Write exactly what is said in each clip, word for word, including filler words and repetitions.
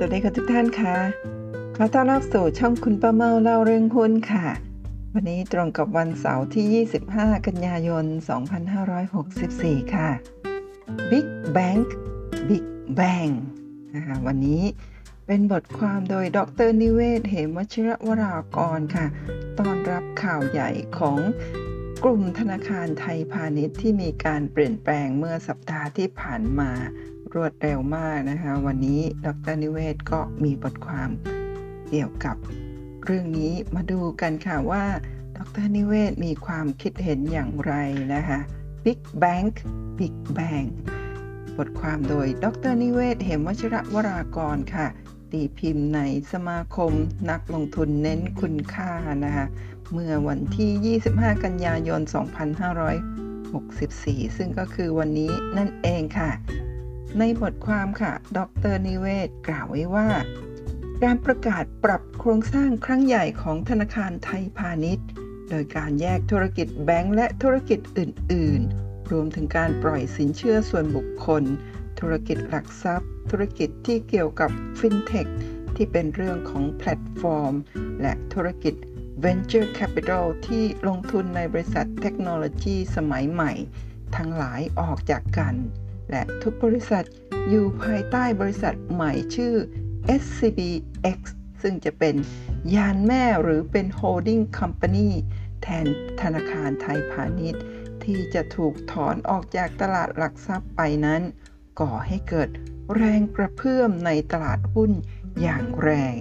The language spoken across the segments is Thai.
วัสดีค่ะทุกท่านค่ะขอต้อนรับสู่ช่องคุณป้าเมาเล่าเรื่องหุ้นค่ะวันนี้ตรงกับวันเสาร์ที่ยี่สิบห้ากันยายนสองพันห้าร้อยหกสิบสี่ค่ะ Big Bank Big Bang นะคะวันนี้เป็นบทความโดยดร.นิเวศ เหมวชิรวรากรค่ะต้อนรับข่าวใหญ่ของกลุ่มธนาคารไทยพาณิชย์ที่มีการเปลี่ยนแปลงเมื่อสัปดาห์ที่ผ่านมารวดเร็วมากนะคะวันนี้ดร.นิเวศก็มีบทความเกี่ยวกับเรื่องนี้มาดูกันค่ะว่าดร.นิเวศมีความคิดเห็นอย่างไรนะคะ Big Bank Big Bang บทความโดยดร.นิเวศ เหมวชิรวรากรค่ะตีพิมพ์ในสมาคมนักลงทุนเน้นคุณค่านะคะเมื่อวันที่ยี่สิบห้ากันยายนสองพันห้าร้อยหกสิบสี่ซึ่งก็คือวันนี้นั่นเองค่ะในบทความค่ะดร.นิเวศกล่าวไว้ว่าการประกาศปรับโครงสร้างครั้งใหญ่ของธนาคารไทยพาณิชย์โดยการแยกธุรกิจแบงก์และธุรกิจอื่นๆรวมถึงการปล่อยสินเชื่อส่วนบุคคลธุรกิจหลักทรัพย์ธุรกิจที่เกี่ยวกับฟินเทคที่เป็นเรื่องของแพลตฟอร์มและธุรกิจ Venture Capital ที่ลงทุนในบริษัทเทคโนโลยีสมัยใหม่ทั้งหลายออกจากกันและทุกบริษัทอยู่ภายใต้บริษัทใหม่ชื่อ เอส ซี บี เอ็กซ์ ซึ่งจะเป็นยานแม่หรือเป็น Holding Company แทนธนาคารไทยพาณิชย์ที่จะถูกถอนออกจากตลาดหลักทรัพย์ไปนั้นก่อให้เกิดแรงกระเพื่อมในตลาดหุ้นอย่างแรง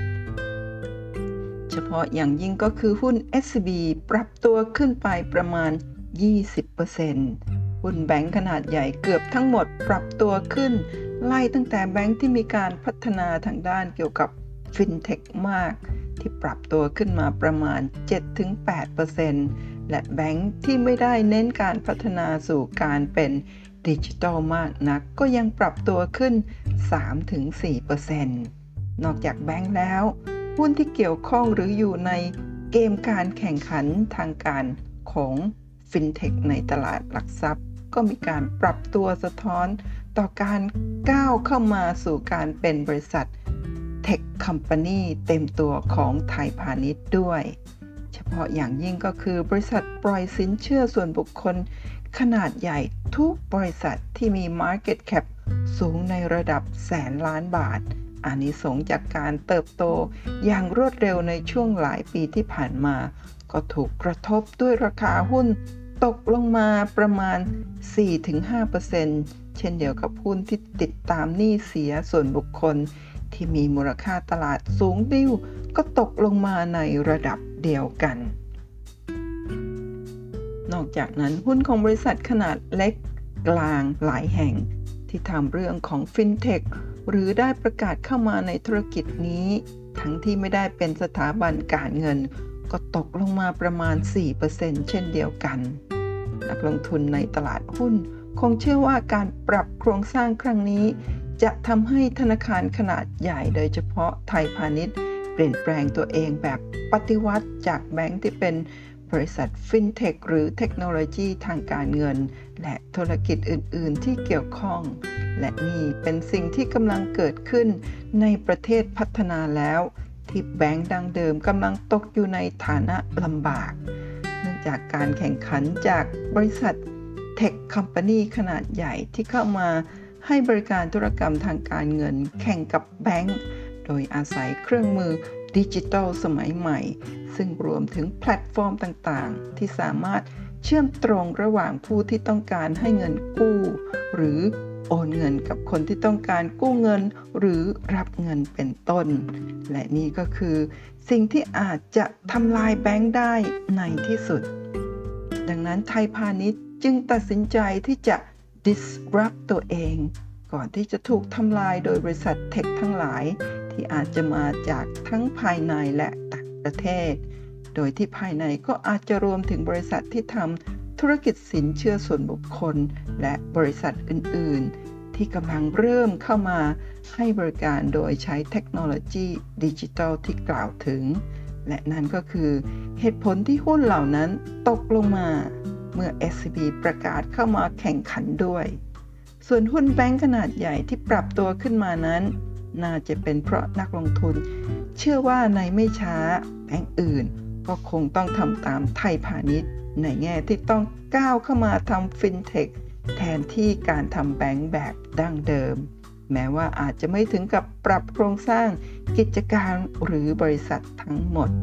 เฉพาะอย่างยิ่งก็คือหุ้น เอส ซี บี ปรับตัวขึ้นไปประมาณ ยี่สิบเปอร์เซ็นต์ หุ้นแบงก์ขนาดใหญ่เกือบทั้งหมดปรับตัวขึ้นไล่ตั้งแต่แบงก์ที่มีการพัฒนาทางด้านเกี่ยวกับฟินเทคมากที่ปรับตัวขึ้นมาประมาณ เจ็ดถึงแปดเปอร์เซ็นต์ และแบงก์ที่ไม่ได้เน้นการพัฒนาสู่การเป็นดิจิทัลมากนักก็ยังปรับตัวขึ้น สามถึงสี่เปอร์เซ็นต์ นอกจากแบงก์แล้วหุ้นที่เกี่ยวข้องหรืออยู่ในเกมการแข่งขันทางการของฟินเทคในตลาดหลักทรัพย์ก็มีการปรับตัวสะท้อนต่อการก้าวเข้ามาสู่การเป็นบริษัทเทคคอมพานีเต็มตัวของไทยพาณิชย์ด้วยเฉพาะอย่างยิ่งก็คือบริษัทปล่อยสินเชื่อส่วนบุคคลขนาดใหญ่ทุกบริษัทที่มี Market Cap สูงในระดับแสนล้านบาทอานิสงส์จากการเติบโตอย่างรวดเร็วในช่วงหลายปีที่ผ่านมาก็ถูกกระทบด้วยราคาหุ้นตกลงมาประมาณ สี่ถึงห้าเปอร์เซ็นต์ เช่นเดียวกับหุ้นที่ติดตามหนี้เสียส่วนบุคคลที่มีมูลค่าตลาดสูงดิ้วก็ตกลงมาในระดับเดียวกันนอกจากนั้นหุ้นของบริษัทขนาดเล็กกลางหลายแห่งที่ทำเรื่องของฟินเทคหรือได้ประกาศเข้ามาในธุรกิจนี้ทั้งที่ไม่ได้เป็นสถาบันการเงินก็ตกลงมาประมาณ สี่เปอร์เซ็นต์ เช่นเดียวกันนักลงทุนในตลาดหุ้นคงเชื่อว่าการปรับโครงสร้างครั้งนี้จะทำให้ธนาคารขนาดใหญ่โดยเฉพาะไทยพาณิชย์เปลี่ยนแปลงตัวเองแบบปฏิวัติจากแบงก์ที่เป็นบริษัทฟินเทคหรือเทคโนโลยีทางการเงินและธุรกิจอื่นๆที่เกี่ยวข้องและนี่เป็นสิ่งที่กำลังเกิดขึ้นในประเทศพัฒนาแล้วที่แบงก์ดังเดิมกำลังตกอยู่ในฐานะลำบากเนื่องจากการแข่งขันจากบริษัทเทคคอมพานีขนาดใหญ่ที่เข้ามาให้บริการธุรกรรมทางการเงินแข่งกับแบงก์โดยอาศัยเครื่องมือดิจิทัลสมัยใหม่ซึ่งรวมถึงแพลตฟอร์มต่างๆที่สามารถเชื่อมตรงระหว่างผู้ที่ต้องการให้เงินกู้หรือโอนเงินกับคนที่ต้องการกู้เงินหรือรับเงินเป็นต้นและนี่ก็คือสิ่งที่อาจจะทำลายแบงก์ได้ในที่สุดดังนั้นไทยพาณิชย์จึงตัดสินใจที่จะ disrupt ตัวเองก่อนที่จะถูกทำลายโดยบริษัทเทคทั้งหลายที่อาจจะมาจากทั้งภายในและต่างประเทศโดยที่ภายในก็อาจจะรวมถึงบริษัทที่ทำธุรกิจสินเชื่อส่วนบุคคลและบริษัทอื่นๆที่กำลังเริ่มเข้ามาให้บริการโดยใช้เทคโนโลยีดิจิทัลที่กล่าวถึงและนั่นก็คือเหตุผลที่หุ้นเหล่านั้นตกลงมาเมื่อ เอส ซี บี ประกาศเข้ามาแข่งขันด้วยส่วนหุ้นแบงก์ขนาดใหญ่ที่ปรับตัวขึ้นมานั้นน่าจะเป็นเพราะนักลงทุนเชื่อว่าในไม่ช้าแบงก์อื่นก็คงต้องทำตามไทยพาณิชย์ในแง่ที่ต้องก้าวเข้ามาทำฟินเทคแทนที่การทำแบงก์แบบดั้งเดิมแม้ว่าอาจจะไม่ถึงกับปรับโครงสร้างกิจการหรือบริษัททั้งหมด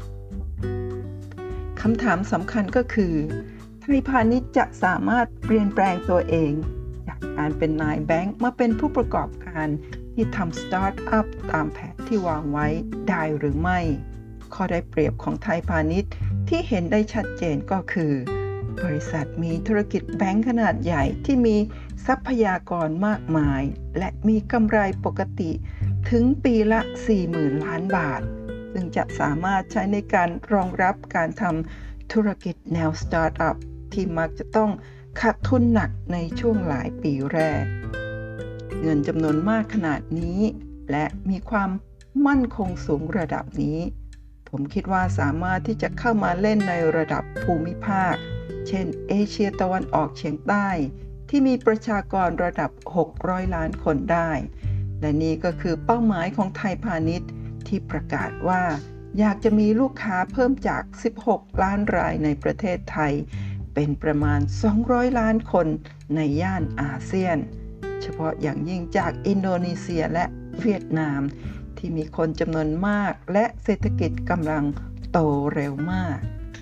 คำถามสำคัญก็คือไทยพาณิชย์จะสามารถเปลี่ยนแปลงตัวเองจากการเป็นนายแบงก์มาเป็นผู้ประกอบการที่ทำสตาร์ทอัพตามแผนที่วางไว้ได้หรือไม่ข้อได้เปรียบของไทยพาณิชย์ที่เห็นได้ชัดเจนก็คือบริษัทมีธุรกิจแบงก์ขนาดใหญ่ที่มีทรัพยากรมากมายและมีกำไรปกติถึงปีละ สี่หมื่น ล้านบาทซึ่งจะสามารถใช้ในการรองรับการทำธุรกิจแนวสตาร์ทอัพที่มักจะต้องขาดทุนหนักในช่วงหลายปีแรกเงินจำนวนมากขนาดนี้และมีความมั่นคงสูงระดับนี้ผมคิดว่าสามารถที่จะเข้ามาเล่นในระดับภูมิภาคเช่นเอเชียตะวันออกเฉียงใต้ที่มีประชากรระดับหกร้อยล้านคนได้และนี่ก็คือเป้าหมายของไทยพาณิชย์ที่ประกาศว่าอยากจะมีลูกค้าเพิ่มจากสิบหกล้านรายในประเทศไทยเป็นประมาณสองร้อยล้านคนในย่านอาเซียนเฉพาะอย่างยิ่งจากอินโดนีเซียและเวียดนามที่มีคนจำนวนมากและเศรษฐกิจกำลังโตเร็วมาก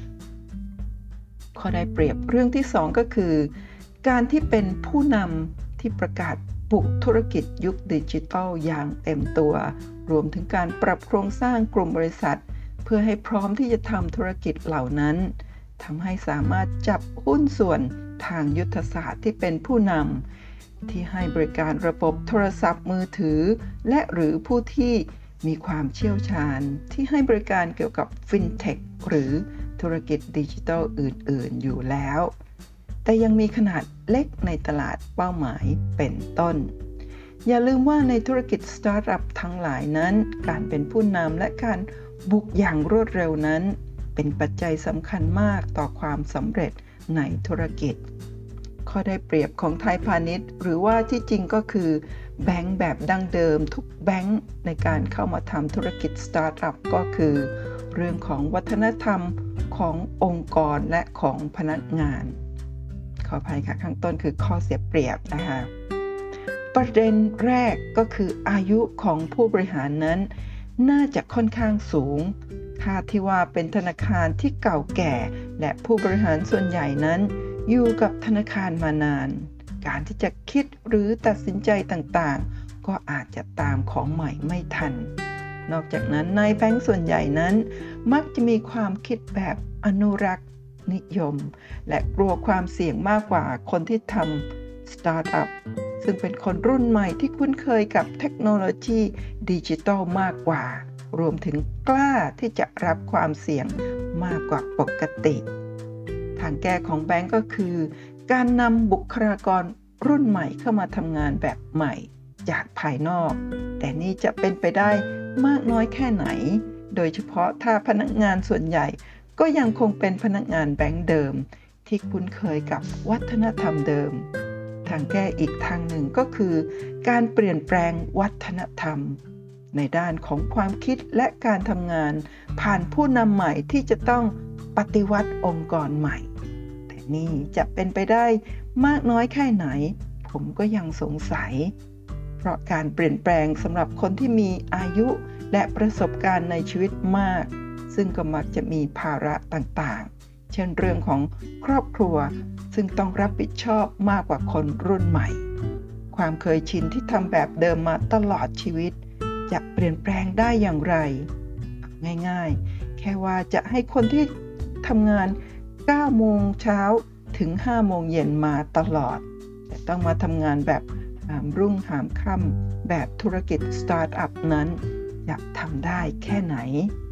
ข้อได้เปรียบเรื่องที่สองก็คือการที่เป็นผู้นำที่ประกาศปลุกธุรกิจยุคดิจิทัลอย่างเต็มตัวรวมถึงการปรับโครงสร้างกลุ่มบริษัทเพื่อให้พร้อมที่จะทำธุรกิจเหล่านั้นทำให้สามารถจับหุ้นส่วนทางยุทธศาสตร์ที่เป็นผู้นำที่ให้บริการระบบโทรศัพท์มือถือและหรือผู้ที่มีความเชี่ยวชาญที่ให้บริการเกี่ยวกับฟินเทคหรือธุรกิจดิจิทัลอื่นๆอยู่แล้วแต่ยังมีขนาดเล็กในตลาดเป้าหมายเป็นต้นอย่าลืมว่าในธุรกิจสตาร์ทอัพทั้งหลายนั้นการเป็นผู้นำและการบุกอย่างรวดเร็วนั้นเป็นปัจจัยสำคัญมากต่อความสำเร็จในธุรกิจข้อได้เปรียบของไทยพาณิชย์หรือว่าที่จริงก็คือแบงก์แบบดั้งเดิมทุกแบงก์ในการเข้ามาทำธุรกิจสตาร์ทอัพก็คือเรื่องของวัฒนธรรมขององค์กรและของพนักงานขออภัยค่ะข้างต้นคือข้อเสียเปรียบนะคะประเด็นแรกก็คืออายุของผู้บริหารนั้นน่าจะค่อนข้างสูงคาดที่ว่าเป็นธนาคารที่เก่าแก่และผู้บริหารส่วนใหญ่นั้นอยู่กับธนาคารมานานการที่จะคิดหรือตัดสินใจต่างๆก็อาจจะตามของใหม่ไม่ทันนอกจากนั้นนายแบงก์ส่วนใหญ่นั้นมักจะมีความคิดแบบอนุรักษ์นิยมและกลัวความเสี่ยงมากกว่าคนที่ทำสตาร์ทอัพซึ่งเป็นคนรุ่นใหม่ที่คุ้นเคยกับเทคโนโลยีดิจิทัลมากกว่ารวมถึงกล้าที่จะรับความเสี่ยงมากกว่าปกติทางแก้ของแบงก์ก็คือการนำบุคลากรรุ่นใหม่เข้ามาทำงานแบบใหม่จากภายนอกแต่นี่จะเป็นไปได้มากน้อยแค่ไหนโดยเฉพาะถ้าพนักงานส่วนใหญ่ก็ยังคงเป็นพนักงานแบงก์เดิมที่คุ้นเคยกับวัฒนธรรมเดิมทางแก้อีกทางหนึ่งก็คือการเปลี่ยนแปลงวัฒนธรรมในด้านของความคิดและการทำงานผ่านผู้นำใหม่ที่จะต้องปฏิวัติองค์กรใหม่แต่นี่จะเป็นไปได้มากน้อยแค่ไหนผมก็ยังสงสัยเพราะการเปลี่ยนแปลงสำหรับคนที่มีอายุและประสบการณ์ในชีวิตมากซึ่งก็มักจะมีภาระต่างๆเช่นเรื่องของครอบครัวซึ่งต้องรับผิดชอบมากกว่าคนรุ่นใหม่ความเคยชินที่ทำแบบเดิมมาตลอดชีวิตจะเปลี่ยนแปลงได้อย่างไรง่ายๆแค่ว่าจะให้คนที่ทำงานเก้าโมงเช้าถึงห้าโมงเย็นมาตลอดแต่ต้องมาทำงานแบบหามรุ่งหามค่ำแบบธุรกิจสตาร์ทอัพนั้นจะทำได้แค่ไหน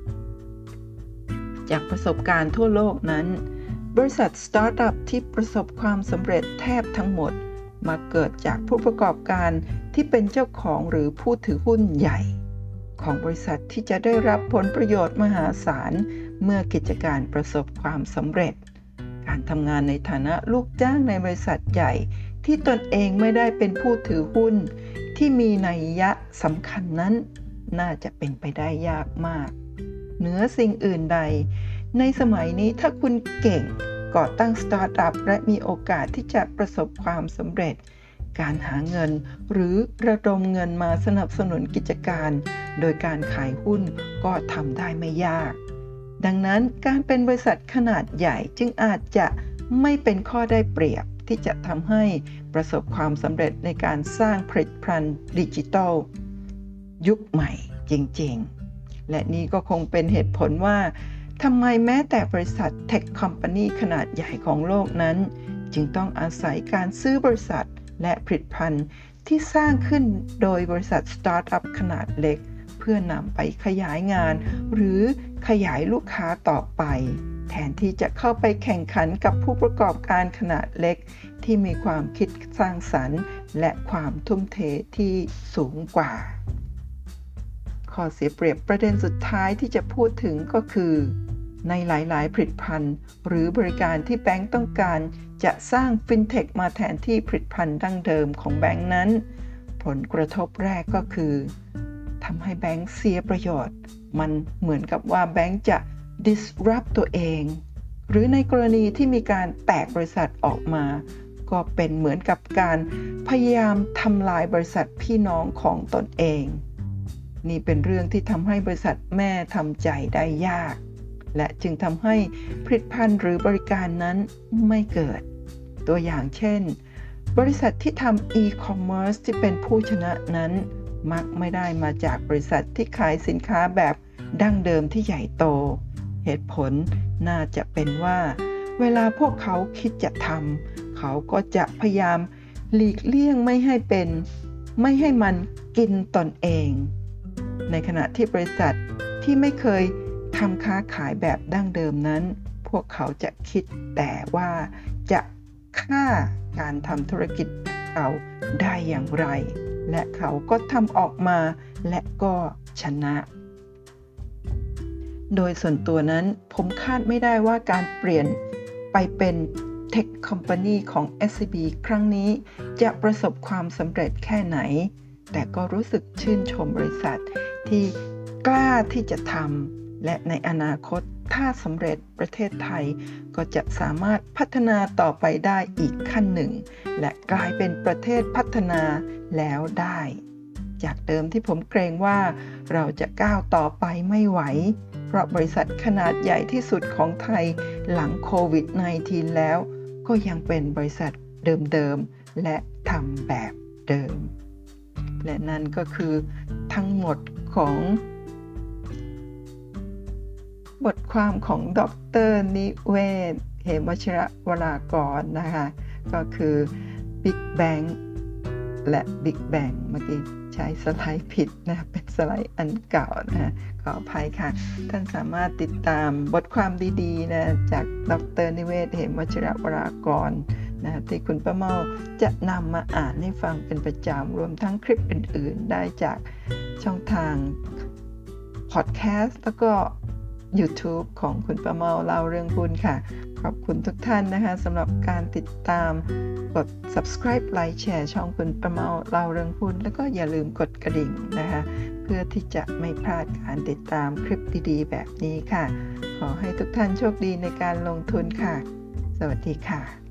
จากประสบการณ์ทั่วโลกนั้นบริษัทสตาร์ทอัพที่ประสบความสำเร็จแทบทั้งหมดมาเกิดจากผู้ประกอบการที่เป็นเจ้าของหรือผู้ถือหุ้นใหญ่ของบริษัทที่จะได้รับผลประโยชน์มหาศาลเมื่อกิจการประสบความสำเร็จการทำงานในฐานะลูกจ้างในบริษัทใหญ่ที่ตนเองไม่ได้เป็นผู้ถือหุ้นที่มีนัยยะสำคัญนั้นน่าจะเป็นไปได้ยากมากเหนือสิ่งอื่นใดในสมัยนี้ถ้าคุณเก่งก่อตั้งสตาร์ทอัพและมีโอกาสที่จะประสบความสำเร็จการหาเงินหรือระดมเงินมาสนับสนุนกิจการโดยการขายหุ้นก็ทำได้ไม่ยากดังนั้นการเป็นบริษัทขนาดใหญ่จึงอาจจะไม่เป็นข้อได้เปรียบที่จะทำให้ประสบความสำเร็จในการสร้างผลิตภัณฑ์ดิจิทัลยุคใหม่จริงๆและนี่ก็คงเป็นเหตุผลว่าทำไมแม้แต่บริษัทเทคคอมพานีขนาดใหญ่ของโลกนั้นจึงต้องอาศัยการซื้อบริษัทและผลิตภัณฑ์ที่สร้างขึ้นโดยบริษัทสตาร์ทอัพขนาดเล็กเพื่อนำไปขยายงานหรือขยายลูกค้าต่อไปแทนที่จะเข้าไปแข่งขันกับผู้ประกอบการขนาดเล็กที่มีความคิดสร้างสรรค์และความทุ่มเทที่สูงกว่าข้อเสียเปรียบประเด็นสุดท้ายที่จะพูดถึงก็คือในหลายๆผลิตภัณฑ์หรือบริการที่แบงก์ต้องการจะสร้างฟินเทคมาแทนที่ผลิตภัณฑ์ดั้งเดิมของแบงก์นั้นผลกระทบแรกก็คือทำให้แบงก์เสียประโยชน์มันเหมือนกับว่าแบงก์จะ disrupt ตัวเองหรือในกรณีที่มีการแตกบริษัทออกมาก็เป็นเหมือนกับการพยายามทำลายบริษัทพี่น้องของตนเองนี่เป็นเรื่องที่ทำให้บริษัทแม่ทำใจได้ยากและจึงทำให้ผลิตภัณฑ์หรือบริการนั้นไม่เกิดตัวอย่างเช่นบริษัทที่ทำอีคอมเมิร์ซที่เป็นผู้ชนะนั้นมักไม่ได้มาจากบริษัทที่ขายสินค้าแบบดั้งเดิมที่ใหญ่โตเหตุผลน่าจะเป็นว่าเวลาพวกเขาคิดจะทำเขาก็จะพยายามหลีกเลี่ยงไม่ให้เป็นไม่ให้มันกินตนเองในขณะที่บริษัทที่ไม่เคยทำค้าขายแบบดั้งเดิมนั้นพวกเขาจะคิดแต่ว่าจะฆ่าการทำธุรกิจเขาได้อย่างไรและเขาก็ทำออกมาและก็ชนะโดยส่วนตัวนั้นผมคาดไม่ได้ว่าการเปลี่ยนไปเป็นเทคคอมพานีของ เอส ซี บี ครั้งนี้จะประสบความสำเร็จแค่ไหนแต่ก็รู้สึกชื่นชมบริษัทที่กล้าที่จะทำและในอนาคตถ้าสำเร็จประเทศไทยก็จะสามารถพัฒนาต่อไปได้อีกขั้นหนึ่งและกลายเป็นประเทศพัฒนาแล้วได้จากเดิมที่ผมเกรงว่าเราจะก้าวต่อไปไม่ไหวเพราะบริษัทขนาดใหญ่ที่สุดของไทยหลังโควิด สิบเก้า แล้วก็ยังเป็นบริษัทเดิมๆและทำแบบเดิมและนั่นก็คือทั้งหมดของบทความของดร.นิเวศน์ เหมวชิรวรากรนะคะก็คือ Big Bang และ Big Bang เมื่อกี้ใช้สไลด์ผิดนะเป็นสไลด์อันเก่านะขออภัยค่ะท่านสามารถติดตามบทความดีๆนะจากดร.นิเวศน์ เหมวชิรวรากรนะที่คุณป้าเมาจะนำมาอ่านให้ฟังเป็นประจำรวมทั้งคลิปอื่นๆได้จากช่องทางพอดแคสต์แล้วก็ YouTube ของคุณป้าเมาเล่าเรื่องหุ้นค่ะขอบคุณทุกท่านนะคะสำหรับการติดตามกด Subscribe ไลค์แชร์ช่องคุณป้าเมาเล่าเรื่องหุ้นแล้วก็อย่าลืมกดกระดิ่งนะคะเพื่อที่จะไม่พลาดการติดตามคลิปดีๆแบบนี้ค่ะขอให้ทุกท่านโชคดีในการลงทุนค่ะสวัสดีค่ะ